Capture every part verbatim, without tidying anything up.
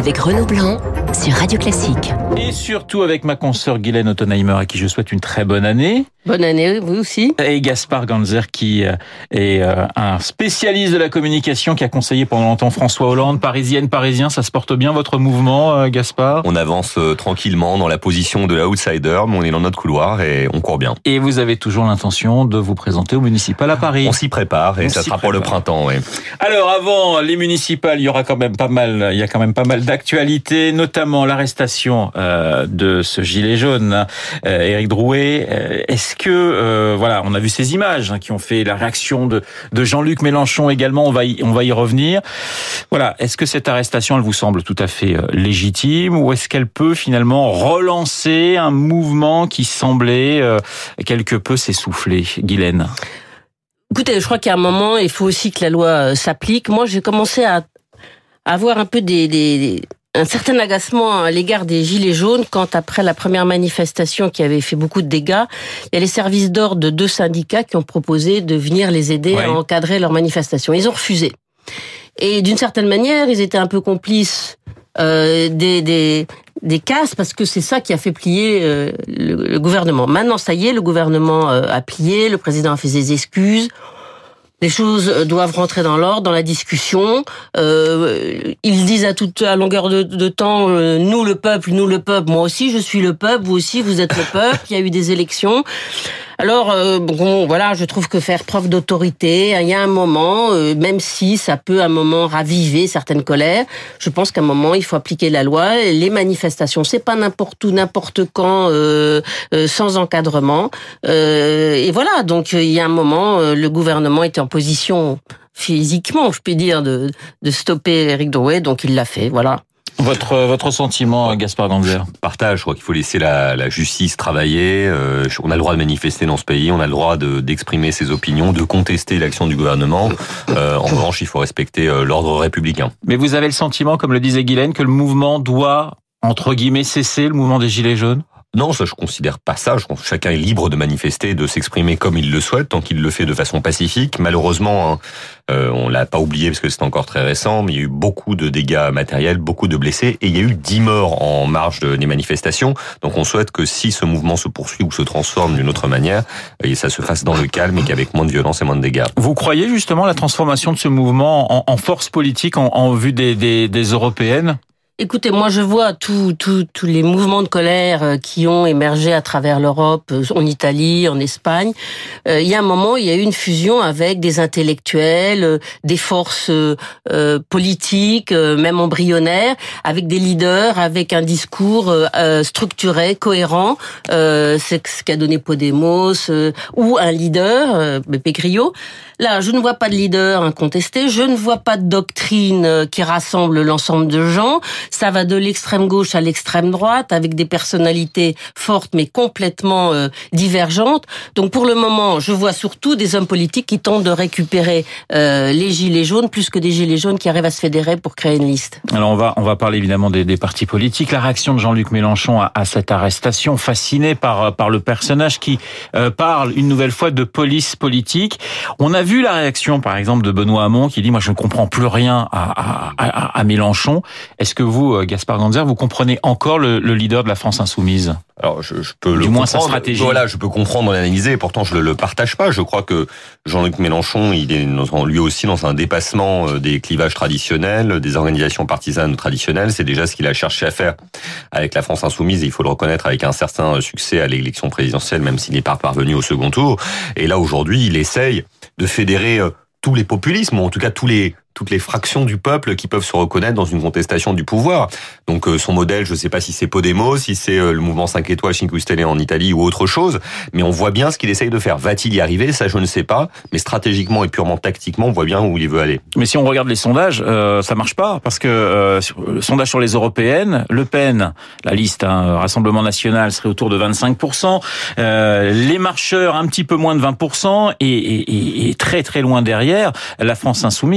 avec Renaud Blanc sur Radio Classique. Et surtout avec ma consoeur Guylaine Ottenheimer, à qui je souhaite une très bonne année. Bonne année, vous aussi. Et Gaspard Ganzer, qui est un spécialiste de la communication, qui a conseillé pendant longtemps François Hollande. Parisienne, parisien, ça se porte bien votre mouvement, Gaspard? On avance tranquillement dans la position de l'outsider, mais on est dans notre couloir et on court bien. Et vous avez toujours l'intention de vous présenter au municipal à Paris? On s'y prépare et on ça sera prépare. Pour le printemps, oui. Alors avant les municipales, il y aura quand même pas mal, il y a quand même pas mal d'actualités, notamment l'arrestation euh, de ce gilet jaune, euh, Éric Drouet. Euh, est-ce que euh, voilà, on a vu ces images hein, qui ont fait la réaction de, de Jean-Luc Mélenchon également. On va y, on va y revenir. Voilà, est-ce que cette arrestation, elle vous semble tout à fait euh, légitime, ou est-ce qu'elle peut finalement relancer un mouvement qui semblait euh, quelque peu s'essouffler, Guylaine? Écoutez, je crois qu'à un moment, il faut aussi que la loi s'applique. Moi, j'ai commencé à avoir un peu des, des un certain agacement à l'égard des gilets jaunes quand, après la première manifestation qui avait fait beaucoup de dégâts, il y a les services d'ordre de deux syndicats qui ont proposé de venir les aider ouais. à encadrer leur manifestation. Ils ont refusé. Et d'une certaine manière, ils étaient un peu complices euh, des, des, des casses, parce que c'est ça qui a fait plier euh, le, le gouvernement. Maintenant, ça y est, le gouvernement euh, a plié, le président a fait ses excuses. Les choses doivent rentrer dans l'ordre, dans la discussion. Euh, ils disent à toute à longueur de, de temps, euh, nous le peuple, nous le peuple. Moi aussi, je suis le peuple. Vous aussi, vous êtes le peuple. Il y a eu des élections. Alors, euh, bon, voilà, je trouve que faire preuve d'autorité, il y a un moment, euh, même si ça peut un moment raviver certaines colères, je pense qu'à un moment, il faut appliquer la loi. Les manifestations, c'est pas n'importe où, n'importe quand, euh, euh, sans encadrement. Euh, et voilà, donc il y a un moment, euh, le gouvernement était en position physiquement, je puis dire, de, de stopper Éric Drouet, donc il l'a fait, voilà. Votre votre sentiment, Gaspard Ganzer? Partage. Je crois qu'il faut laisser la, la justice travailler. Euh, on a le droit de manifester dans ce pays, on a le droit de, d'exprimer ses opinions, de contester l'action du gouvernement. Euh, en revanche, il faut respecter euh, l'ordre républicain. Mais vous avez le sentiment, comme le disait Guylaine, que le mouvement doit, entre guillemets, cesser, le mouvement des Gilets jaunes? Non, ça je considère pas ça. Je pense que chacun est libre de manifester, de s'exprimer comme il le souhaite, tant qu'il le fait de façon pacifique. Malheureusement, hein, euh, on l'a pas oublié parce que c'est encore très récent, mais il y a eu beaucoup de dégâts matériels, beaucoup de blessés, et il y a eu dix morts en marge de, des manifestations. Donc on souhaite que si ce mouvement se poursuit ou se transforme d'une autre manière, et ça se fasse dans le calme et qu'avec moins de violence et moins de dégâts. Vous croyez justement à la transformation de ce mouvement en, en force politique en, en vue des, des, des européennes? Écoutez, moi je vois tous tous tous les mouvements de colère qui ont émergé à travers l'Europe, en Italie, en Espagne. Euh, il y a un moment, il y a eu une fusion avec des intellectuels, des forces euh, politiques, même embryonnaires, avec des leaders, avec un discours euh, structuré, cohérent. Euh, c'est ce qu'a donné Podemos, euh, ou un leader, euh, Beppe Grillo. Là, je ne vois pas de leader incontesté, je ne vois pas de doctrine qui rassemble l'ensemble de gens. Ça va de l'extrême gauche à l'extrême droite, avec des personnalités fortes mais complètement euh, divergentes. Donc pour le moment, je vois surtout des hommes politiques qui tentent de récupérer euh, les gilets jaunes, plus que des gilets jaunes qui arrivent à se fédérer pour créer une liste. Alors on va on va parler évidemment des, des partis politiques. La réaction de Jean-Luc Mélenchon à, à cette arrestation, fasciné par par le personnage qui euh, parle une nouvelle fois de police politique. On a vu la réaction, par exemple, de Benoît Hamon qui dit « Moi, je ne comprends plus rien à, à, à, à Mélenchon ». Est-ce que vous, Gaspard Ganzer, vous comprenez encore le, le leader de la France insoumise ? Alors, je, je peux du le moins comprendre. sa stratégie. Voilà, je peux comprendre, l'analyser, et pourtant je le, le partage pas. Je crois que Jean-Luc Mélenchon, il est dans, lui aussi dans un dépassement des clivages traditionnels, des organisations partisanes traditionnelles. C'est déjà ce qu'il a cherché à faire avec la France insoumise, et il faut le reconnaître, avec un certain succès à l'élection présidentielle, même s'il n'est pas parvenu au second tour. Et là, aujourd'hui, il essaye de fédérer tous les populismes, ou en tout cas tous les toutes les fractions du peuple qui peuvent se reconnaître dans une contestation du pouvoir. Donc euh, son modèle, je ne sais pas si c'est Podemos, si c'est euh, le mouvement cinq étoiles, cinque Stelle en Italie ou autre chose, mais on voit bien ce qu'il essaye de faire. Va-t-il y arriver ? Ça, je ne sais pas, mais stratégiquement et purement tactiquement, on voit bien où il veut aller. Mais si on regarde les sondages, euh, ça marche pas, parce que euh, le sondage sur les européennes, Le Pen, la liste, hein, Rassemblement National, serait autour de vingt-cinq pour cent, euh, les Marcheurs un petit peu moins de vingt pour cent, et, et, et très très loin derrière, la France insoumise.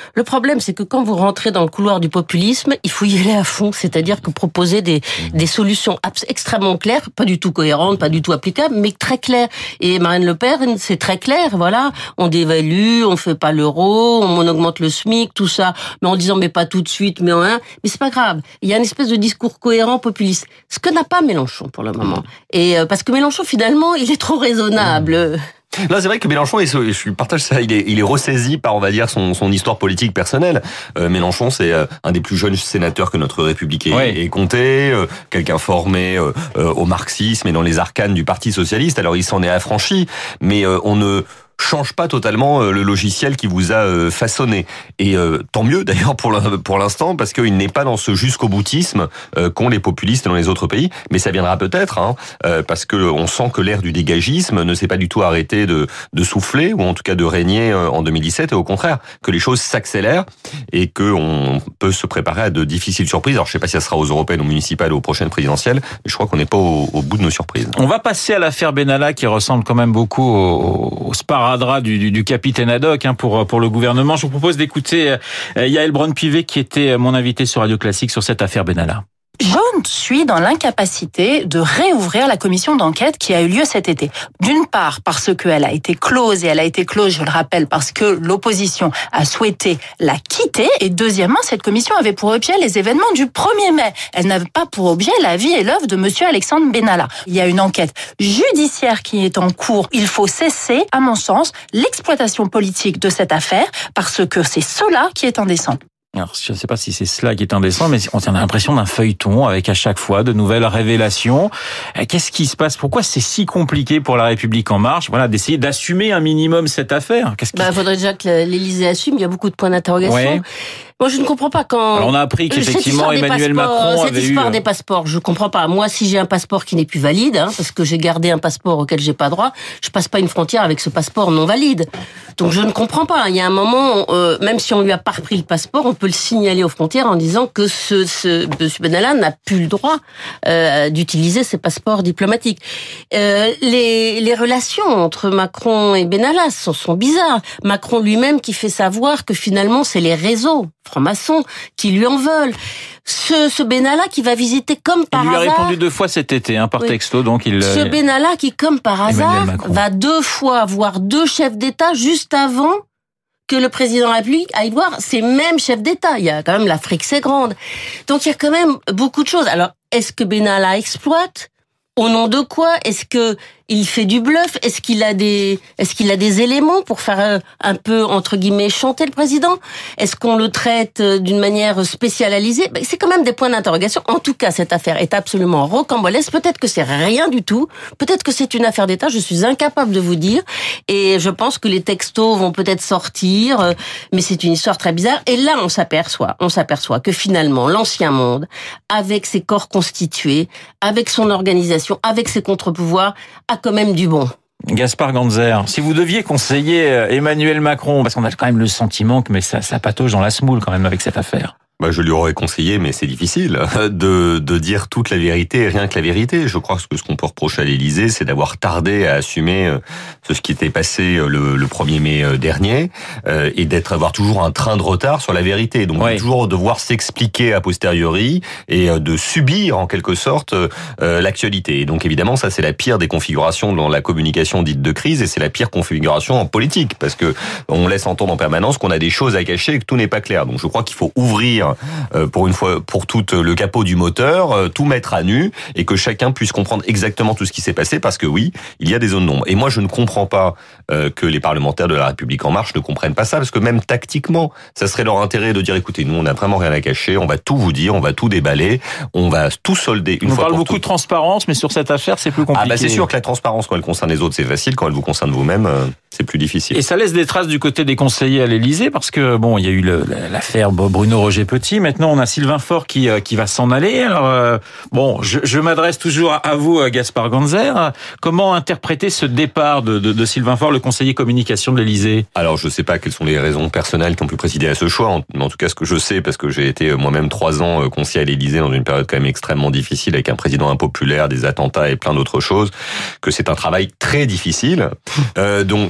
Le problème, c'est que quand vous rentrez dans le couloir du populisme, il faut y aller à fond. C'est-à-dire que proposer des, des solutions extrêmement claires, pas du tout cohérentes, pas du tout applicables, mais très claires. Et Marine Le Pen, c'est très clair, voilà. On dévalue, on fait pas l'euro, on augmente le SMIC, tout ça. Mais en disant, mais pas tout de suite, mais en un. Mais c'est pas grave. Il y a une espèce de discours cohérent populiste. Ce que n'a pas Mélenchon pour le moment. Et euh, parce que Mélenchon, finalement, il est trop raisonnable. Non, c'est vrai que Mélenchon, je partage ça, il est, il est ressaisi par, on va dire, son, son histoire politique personnelle. Euh, Mélenchon, c'est un des plus jeunes sénateurs que notre République ait, ouais. ait compté, euh, quelqu'un formé euh, au marxisme et dans les arcanes du Parti socialiste. Alors, il s'en est affranchi, mais euh, on ne change pas totalement le logiciel qui vous a façonné. Et euh, tant mieux d'ailleurs pour pour l'instant, parce qu'il n'est pas dans ce jusqu'au boutisme euh, qu'ont les populistes dans les autres pays. Mais ça viendra peut-être, hein, euh, parce que on sent que l'ère du dégagisme ne s'est pas du tout arrêtée de de souffler, ou en tout cas de régner en deux mille dix-sept, et au contraire que les choses s'accélèrent et que on peut se préparer à de difficiles surprises. Alors je sais pas si ça sera aux européennes, aux municipales ou aux prochaines présidentielles, mais je crois qu'on n'est pas au, au bout de nos surprises. On va passer à l'affaire Benalla, qui ressemble quand même beaucoup au, au sparadrap Du, du, du capitaine Haddock hein, pour pour le gouvernement. Je vous propose d'écouter euh, Yael Braun-Pivet, qui était mon invité sur Radio Classique sur cette affaire Benalla. Je suis dans l'incapacité de réouvrir la commission d'enquête qui a eu lieu cet été. D'une part, parce qu'elle a été close, et elle a été close, je le rappelle, parce que l'opposition a souhaité la quitter. Et deuxièmement, cette commission avait pour objet les événements du premier mai. Elle n'avait pas pour objet la vie et l'œuvre de monsieur Alexandre Benalla. Il y a une enquête judiciaire qui est en cours. Il faut cesser, à mon sens, l'exploitation politique de cette affaire, parce que c'est cela qui est indécent. Alors, je ne sais pas si c'est cela qui est indécent, mais on a l'impression d'un feuilleton avec à chaque fois de nouvelles révélations. Qu'est-ce qui se passe? Pourquoi c'est si compliqué pour La République En Marche, voilà, d'essayer d'assumer un minimum cette affaire? Qu'est-ce qui... Bah, faudrait déjà que l'Élysée assume. Il y a beaucoup de points d'interrogation. Ouais. Moi, je ne comprends pas quand... Alors, on a appris qu'effectivement, Emmanuel Macron avait eu... Cette histoire des passeports, je comprends pas. Moi, si j'ai un passeport qui n'est plus valide, hein, parce que j'ai gardé un passeport auquel j'ai pas droit, je passe pas une frontière avec ce passeport non valide. Donc, je ne comprends pas. Il y a un moment, euh, même si on lui a pas repris le passeport, on peut le signaler aux frontières en disant que ce, ce monsieur Benalla n'a plus le droit euh, d'utiliser ses passeports diplomatiques. Euh, les, les relations entre Macron et Benalla sont, sont bizarres. Macron lui-même qui fait savoir que finalement, c'est les réseaux francs-maçons qui lui en veulent. Ce, ce Benalla qui va visiter comme par hasard... Il lui a répondu deux fois cet été, hein, par oui. texto, donc il... Ce Benalla qui, comme par hasard, va deux fois voir deux chefs d'État juste avant que le président de la République aille voir ces mêmes chefs d'État. Il y a quand même l'Afrique, c'est grande. Donc il y a quand même beaucoup de choses. Alors, est-ce que Benalla exploite ? Au nom de quoi? Est-ce que il fait du bluff? Est-ce qu'il a des, est-ce qu'il a des éléments pour faire un peu, entre guillemets, chanter le président? Est-ce qu'on le traite d'une manière spécialisée? C'est quand même des points d'interrogation. En tout cas, cette affaire est absolument rocambolesque. Peut-être que c'est rien du tout. Peut-être que c'est une affaire d'État. Je suis incapable de vous dire. Et je pense que les textos vont peut-être sortir. Mais c'est une histoire très bizarre. Et là, on s'aperçoit, on s'aperçoit que finalement, l'ancien monde, avec ses corps constitués, avec son organisation, avec ses contre-pouvoirs, a quand même du bon. Gaspard Ganzer, si vous deviez conseiller Emmanuel Macron, parce qu'on a quand même le sentiment que mais ça, ça patauge dans la semoule quand même avec cette affaire. Bah, je lui aurais conseillé, mais c'est difficile, de, de dire toute la vérité et rien que la vérité. Je crois que ce qu'on peut reprocher à l'Élysée, c'est d'avoir tardé à assumer ce qui était passé le, le premier mai dernier, euh, et d'être avoir toujours un train de retard sur la vérité. Donc, oui. toujours devoir s'expliquer a posteriori et de subir, en quelque sorte, euh, l'actualité. Et donc, évidemment, ça, c'est la pire des configurations dans la communication dite de crise, et c'est la pire configuration en politique, parce que on laisse entendre en permanence qu'on a des choses à cacher et que tout n'est pas clair. Donc, je crois qu'il faut ouvrir pour une fois pour toutes le capot du moteur, tout mettre à nu et que chacun puisse comprendre exactement tout ce qui s'est passé, parce que oui, il y a des zones d'ombre. Et moi, je ne comprends pas que les parlementaires de La République En Marche ne comprennent pas ça, parce que même tactiquement, ça serait leur intérêt de dire écoutez, nous, on n'a vraiment rien à cacher, on va tout vous dire, on va tout déballer, on va tout solder une on fois parle pour beaucoup toutes. de transparence, mais sur cette affaire, c'est plus compliqué. Ah bah c'est sûr que la transparence, quand elle concerne les autres, c'est facile. Quand elle vous concerne vous-même, c'est plus difficile. Et ça laisse des traces du côté des conseillers à l'Élysée, parce que bon, il y a eu le, l'affaire Bruno Roger Petit. Maintenant, on a Sylvain Faure qui qui va s'en aller. Alors euh, bon, je, je m'adresse toujours à vous, Gaspard Ganzer. Comment interpréter ce départ de, de, de Sylvain Faure, le conseiller communication de l'Élysée? Alors, je ne sais pas quelles sont les raisons personnelles qui ont pu présider à ce choix, mais en tout cas, ce que je sais, parce que j'ai été moi-même trois ans conseiller à l'Élysée dans une période quand même extrêmement difficile, avec un président impopulaire, des attentats et plein d'autres choses, que c'est un travail très difficile. Euh, donc,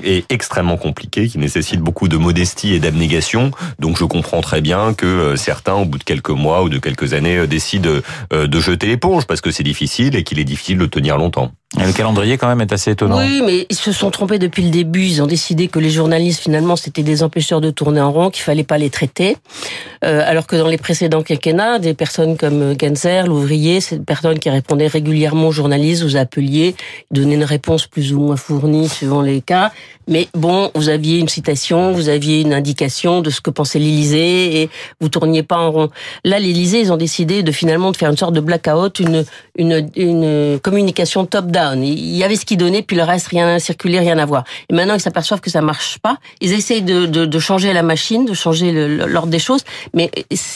est extrêmement compliqué, qui nécessite beaucoup de modestie et d'abnégation. Donc je comprends très bien que certains, au bout de quelques mois ou de quelques années, décident de jeter l'éponge parce que c'est difficile et qu'il est difficile de tenir longtemps. Et le calendrier quand même est assez étonnant. Oui, mais ils se sont trompés depuis le début. Ils ont décidé que les journalistes, finalement, c'était des empêcheurs de tourner en rond, qu'il fallait pas les traiter. Euh, alors que dans les précédents quinquennats, des personnes comme Genzer, l'ouvrier, c'est des personnes qui répondaient régulièrement aux journalistes, vous appeliez, donnaient une réponse plus ou moins fournie suivant les cas. Mais bon, vous aviez une citation, vous aviez une indication de ce que pensait l'Élysée et vous tourniez pas en rond. Là, l'Élysée, ils ont décidé de finalement de faire une sorte de blackout, une une une communication top-down. Il y avait ce qui donnait, puis le reste, rien à circuler, rien à voir. Et maintenant, ils s'aperçoivent que ça marche pas. Ils essayent de, de, de changer la machine, de changer le, l'ordre des choses. Mais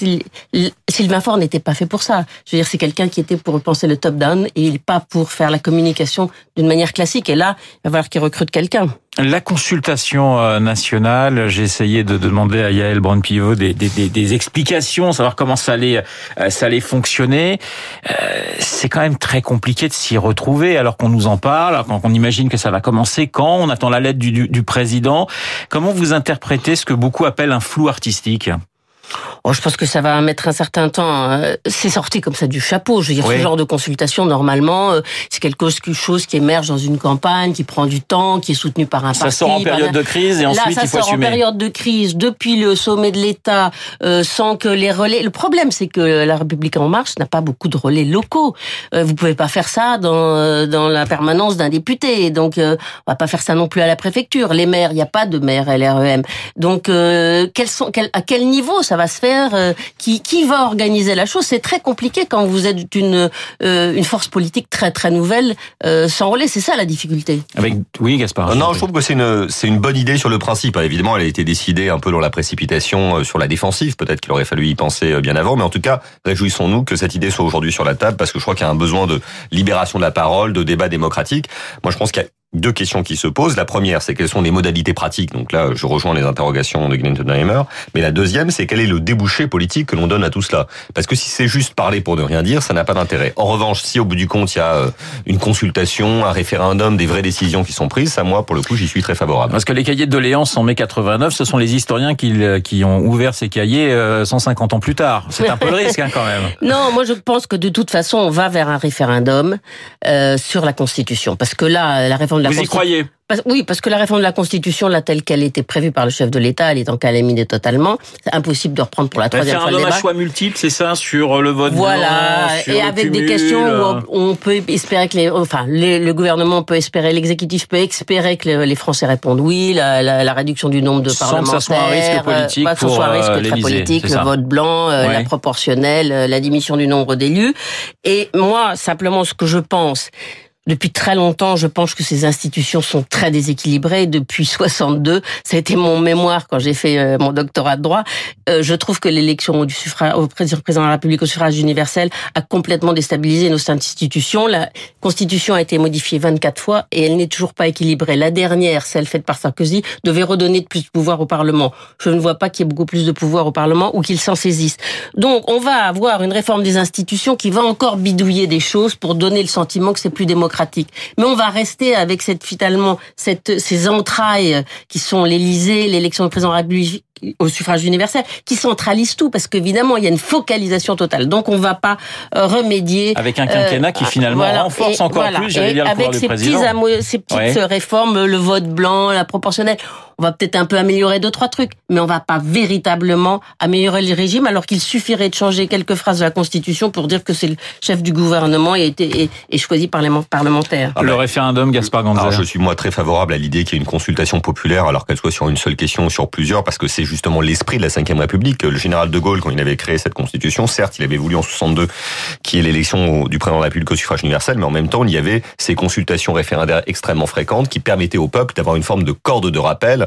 Sylvain Faure n'était pas fait pour ça. Je veux dire, c'est quelqu'un qui était pour penser le top-down et pas pour faire la communication d'une manière classique. Et là, il va falloir qu'il recrute quelqu'un. La consultation nationale, j'ai essayé de demander à Yael Braun-Pivet des, des, des, des explications, savoir comment ça allait, ça allait fonctionner. Euh, c'est quand même très compliqué de s'y retrouver alors qu'on nous en parle, alors qu'on imagine que ça va commencer quand, on attend la lettre du, du, du président. Comment vous interprétez ce que beaucoup appellent un flou artistique ? Oh, je pense que ça va mettre un certain temps. C'est sorti comme ça du chapeau. Je veux dire, oui. Ce genre de consultation, normalement, c'est quelque chose qui émerge dans une campagne, qui prend du temps, qui est soutenu par un ça parti. Ça sort en période par... de crise et ensuite Là, ça il faut sort assumer. En période de crise, depuis le sommet de l'État, euh, sans que les relais... Le problème, c'est que la République En Marche n'a pas beaucoup de relais locaux. Euh, vous pouvez pas faire ça dans dans la permanence d'un député. Donc, euh, on va pas faire ça non plus à la préfecture. Les maires, il n'y a pas de maire L R E M. Donc, euh, quels sont, quel, à quel niveau ça va se faire? Qui, qui va organiser la chose? C'est très compliqué quand vous êtes une, euh, une force politique très très nouvelle euh, sans relais. C'est ça la difficulté. Avec, oui, Gaspard. Non, je trouve que c'est une, c'est une bonne idée sur le principe. Évidemment, elle a été décidée un peu dans la précipitation sur la défensive. Peut-être qu'il aurait fallu y penser bien avant. Mais en tout cas, réjouissons-nous que cette idée soit aujourd'hui sur la table parce que je crois qu'il y a un besoin de libération de la parole, de débat démocratique. Moi, je pense qu'il y a deux questions qui se posent. La première, c'est quelles sont les modalités pratiques. Donc là, je rejoins les interrogations de Glintenheimer. Mais la deuxième, c'est quel est le débouché politique que l'on donne à tout cela. Parce que si c'est juste parler pour ne rien dire, ça n'a pas d'intérêt. En revanche, si au bout du compte, il y a une consultation, un référendum, des vraies décisions qui sont prises, ça, moi, pour le coup, j'y suis très favorable. Parce que les cahiers de doléances en mai quatre-vingt-neuf, ce sont les historiens qui, qui ont ouvert ces cahiers cent cinquante ans plus tard. C'est un peu le risque, hein, quand même. Non, moi, je pense que de toute façon, on va vers un référendum euh, sur la Constitution. Parce que là, la réforme de la Vous y croyez ? Oui, parce que la réforme de la Constitution, là, telle qu'elle était prévue par le chef de l'État, elle est en calamité totalement. C'est impossible de reprendre pour la troisième fois le débat. Faire un choix multiple, c'est ça, sur le vote voilà, blanc, sur et le avec cumul. Des questions où on peut espérer que les, enfin, les, le gouvernement peut espérer, l'exécutif peut espérer que les, les Français répondent oui, la, la, la réduction du nombre de sans parlementaires. Sans que ça soit un risque politique pas que ce soit un risque euh, très l'Élysée, politique, le vote blanc, euh, ouais. la proportionnelle, euh, la diminution du nombre d'élus. Et moi, simplement, ce que je pense, depuis très longtemps, je pense que ces institutions sont très déséquilibrées. Depuis soixante-deux, ça a été mon mémoire quand j'ai fait euh, mon doctorat de droit. Euh, je trouve que l'élection du suffrage au président de la République au suffrage universel a complètement déstabilisé nos institutions. La Constitution a été modifiée vingt-quatre fois et elle n'est toujours pas équilibrée. La dernière, celle faite par Sarkozy, devait redonner de plus de pouvoir au Parlement. Je ne vois pas qu'il y ait beaucoup plus de pouvoir au Parlement ou qu'il s'en saisisse. Donc, on va avoir une réforme des institutions qui va encore bidouiller des choses pour donner le sentiment que c'est plus démocratique. Mais on va rester avec cette, finalement, cette, ces entrailles qui sont l'Élysée, l'élection du président de la République au suffrage universel, qui centralisent tout, parce qu'évidemment, il y a une focalisation totale. Donc, on ne va pas euh, remédier... Avec un quinquennat euh, qui, finalement, voilà, renforce et, encore voilà, plus, j'allais dire, le pouvoir du président. Avec ces, petits, ces petites ouais. réformes, le vote blanc, la proportionnelle, on va peut-être un peu améliorer deux, trois trucs, mais on ne va pas véritablement améliorer le régime, alors qu'il suffirait de changer quelques phrases de la Constitution pour dire que c'est le chef du gouvernement et est, est choisi par les parlementaires. Ah, le référendum, Gaspard Ganzer. Je suis, moi, très favorable à l'idée qu'il y ait une consultation populaire, alors qu'elle soit sur une seule question ou sur plusieurs, parce que c'est justement l'esprit de la cinquième République. Le général de Gaulle, quand il avait créé cette constitution, certes, il avait voulu en soixante-deux qu'il y ait l'élection du président de la République au suffrage universel, mais en même temps, il y avait ces consultations référendaires extrêmement fréquentes qui permettaient au peuple d'avoir une forme de corde de rappel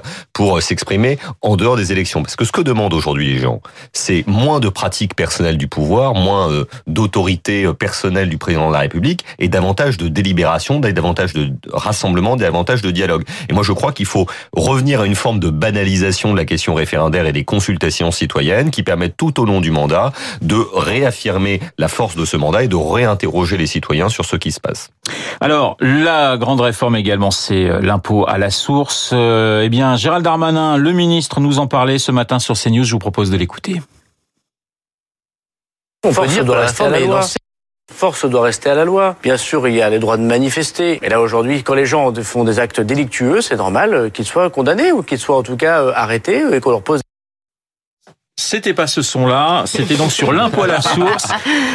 pour s'exprimer en dehors des élections. Parce que ce que demandent aujourd'hui les gens, c'est moins de pratiques personnelles du pouvoir, moins euh, d'autorité personnelle du président de la République et davantage de délibération, davantage de rassemblement, davantage de dialogue. Et moi, je crois qu'il faut revenir à une forme de banalisation de la question référendaire et des consultations citoyennes qui permettent tout au long du mandat de réaffirmer la force de ce mandat et de réinterroger les citoyens sur ce qui se passe. Alors, la grande réforme également, c'est l'impôt à la source. Euh, eh bien, Gérald Darmanin, le ministre, nous en parlait ce matin sur CNews. Je vous propose de l'écouter. On peut dire que la réforme est lancée. Force doit rester à la loi. Bien sûr, il y a les droits de manifester. Mais là, aujourd'hui, quand les gens font des actes délictueux, c'est normal qu'ils soient condamnés ou qu'ils soient en tout cas arrêtés et qu'on leur pose... C'était pas ce son-là, c'était donc sur l'impôt à la source.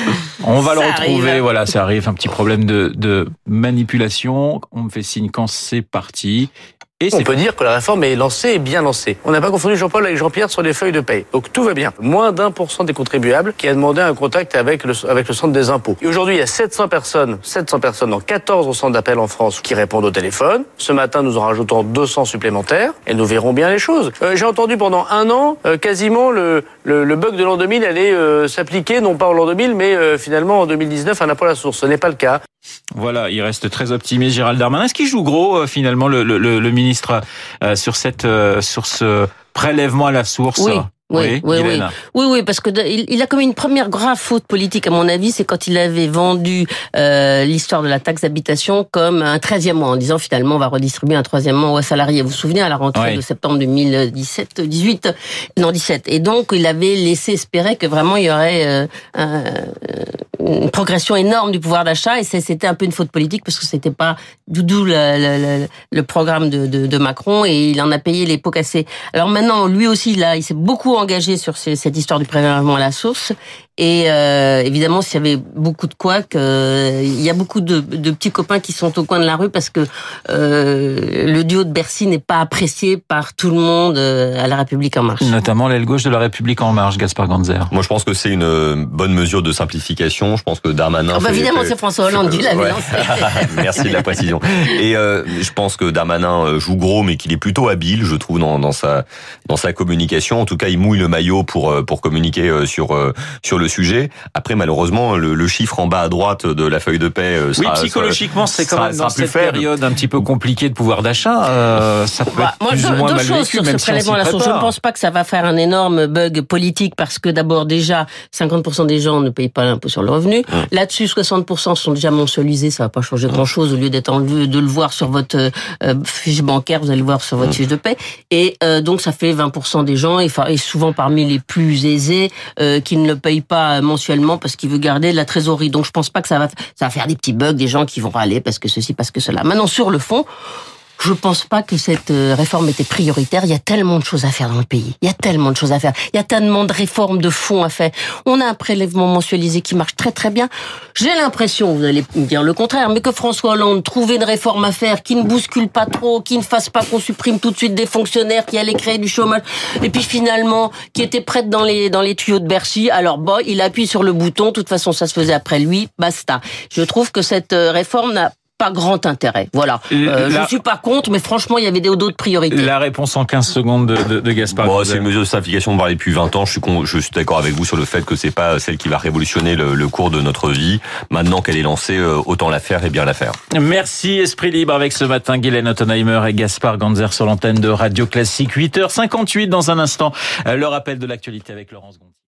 On va ça le retrouver, arrive. Voilà, ça arrive, un petit problème de, de manipulation. On me fait signe quand c'est parti. Et on peut dire que la réforme est lancée et bien lancée. On n'a pas confondu Jean-Paul avec Jean-Pierre sur les feuilles de paye. Donc tout va bien. Moins d'un pour cent des contribuables qui a demandé un contact avec le, avec le centre des impôts. Et aujourd'hui, il y a sept cents personnes, sept cents personnes dans quatorze centres d'appel en France qui répondent au téléphone. Ce matin, nous en rajoutons deux cents supplémentaires et nous verrons bien les choses. Euh, j'ai entendu pendant un an, euh, quasiment le, le, le bug de l'an deux mille allait euh, s'appliquer, non pas en l'an deux mille, mais euh, finalement en deux mille dix-neuf à l'impôt à la source. Ce n'est pas le cas. Voilà, il reste très optimiste, Gérald Darmanin. Est-ce qu'il joue gros, euh, finalement, le, le, le ministre, euh, sur cette, euh, sur ce prélèvement à la source? Oui. Oui, Oui, oui, oui, oui, oui, parce que de, il, il a commis une première grave faute politique, à mon avis, c'est quand il avait vendu euh, l'histoire de la taxe d'habitation comme un treizième mois, en disant finalement on va redistribuer un troisième mois aux salariés. Vous vous souvenez, à la rentrée oui. de septembre deux mille dix-sept, dix-huit, non dix-sept. Et donc il avait laissé espérer que vraiment il y aurait euh, un, une progression énorme du pouvoir d'achat, et c'était un peu une faute politique parce que c'était pas du tout le, le, le programme de, de, de Macron, et il en a payé les pots cassés. Alors maintenant, lui aussi, là, il s'est beaucoup engagé sur ces, cette histoire du prélèvement à la source. Et euh, évidemment, s'il y avait beaucoup de couacs, euh, il y a beaucoup de, de petits copains qui sont au coin de la rue parce que euh, le duo de Bercy n'est pas apprécié par tout le monde euh, à La République En Marche. Notamment l'aile gauche de La République En Marche, Gaspard Ganzer. Moi, je pense que c'est une bonne mesure de simplification. Je pense que Darmanin... Oh bah évidemment, fait... c'est François Hollande qui l'avait lancé. Merci de la précision. Et euh, je pense que Darmanin joue gros, mais qu'il est plutôt habile, je trouve, dans, dans sa dans sa communication. En tout cas, il mouille le maillot pour pour communiquer sur sur le sujet. Après, malheureusement, le, le chiffre en bas à droite de la feuille de paie sera... Oui, psychologiquement, c'est quand sera, même dans cette faible. période un petit peu compliquée de pouvoir d'achat, euh, ça peut bah, être moi, plus deux, ou moins deux mal choses vécu, sur même ce si prélèvement à la source. Je ne pense pas que ça va faire un énorme bug politique parce que d'abord, déjà, cinquante pour cent des gens ne payent pas l'impôt sur le revenu. Hum. Là-dessus, soixante pour cent sont déjà mensualisés, ça va pas changer hum. grand-chose. Au lieu d'être en lieu de le voir sur votre euh, fiche bancaire, vous allez le voir sur votre hum. fiche de paie. Et euh, donc, ça fait vingt pour cent des gens, et, et souvent parmi les plus aisés, euh, qui ne le payent pas mensuellement parce qu'ils veulent garder de la trésorerie. Donc, je pense pas que ça va, ça va faire des petits bugs, des gens qui vont râler parce que ceci, parce que cela. Maintenant, sur le fond, je pense pas que cette réforme était prioritaire. Il y a tellement de choses à faire dans le pays. Il y a tellement de choses à faire. Il y a tellement de réformes de fond à faire. On a un prélèvement mensualisé qui marche très très bien. J'ai l'impression, vous allez me dire le contraire, mais que François Hollande trouvait une réforme à faire qui ne bouscule pas trop, qui ne fasse pas qu'on supprime tout de suite des fonctionnaires, qui allait créer du chômage, et puis finalement, qui était prête dans les, dans les tuyaux de Bercy. Alors bon, il appuie sur le bouton. De toute façon, ça se faisait après lui. Basta. Je trouve que cette réforme n'a pas grand intérêt. Voilà. Euh, la... Je suis pas contre, mais franchement, il y avait d'autres priorités. La réponse en quinze secondes de, de, de Gaspard. Bon, c'est une mesure de simplification, on parlait depuis vingt ans. Je suis, con, je suis d'accord avec vous sur le fait que c'est pas celle qui va révolutionner le, le cours de notre vie. Maintenant qu'elle est lancée, autant la faire et bien la faire. Merci, Esprit Libre, avec ce matin Guylaine Ottenheimer et Gaspard Ganzer sur l'antenne de Radio Classique. huit heures cinquante-huit dans un instant. Le rappel de l'actualité avec Laurence Gontier.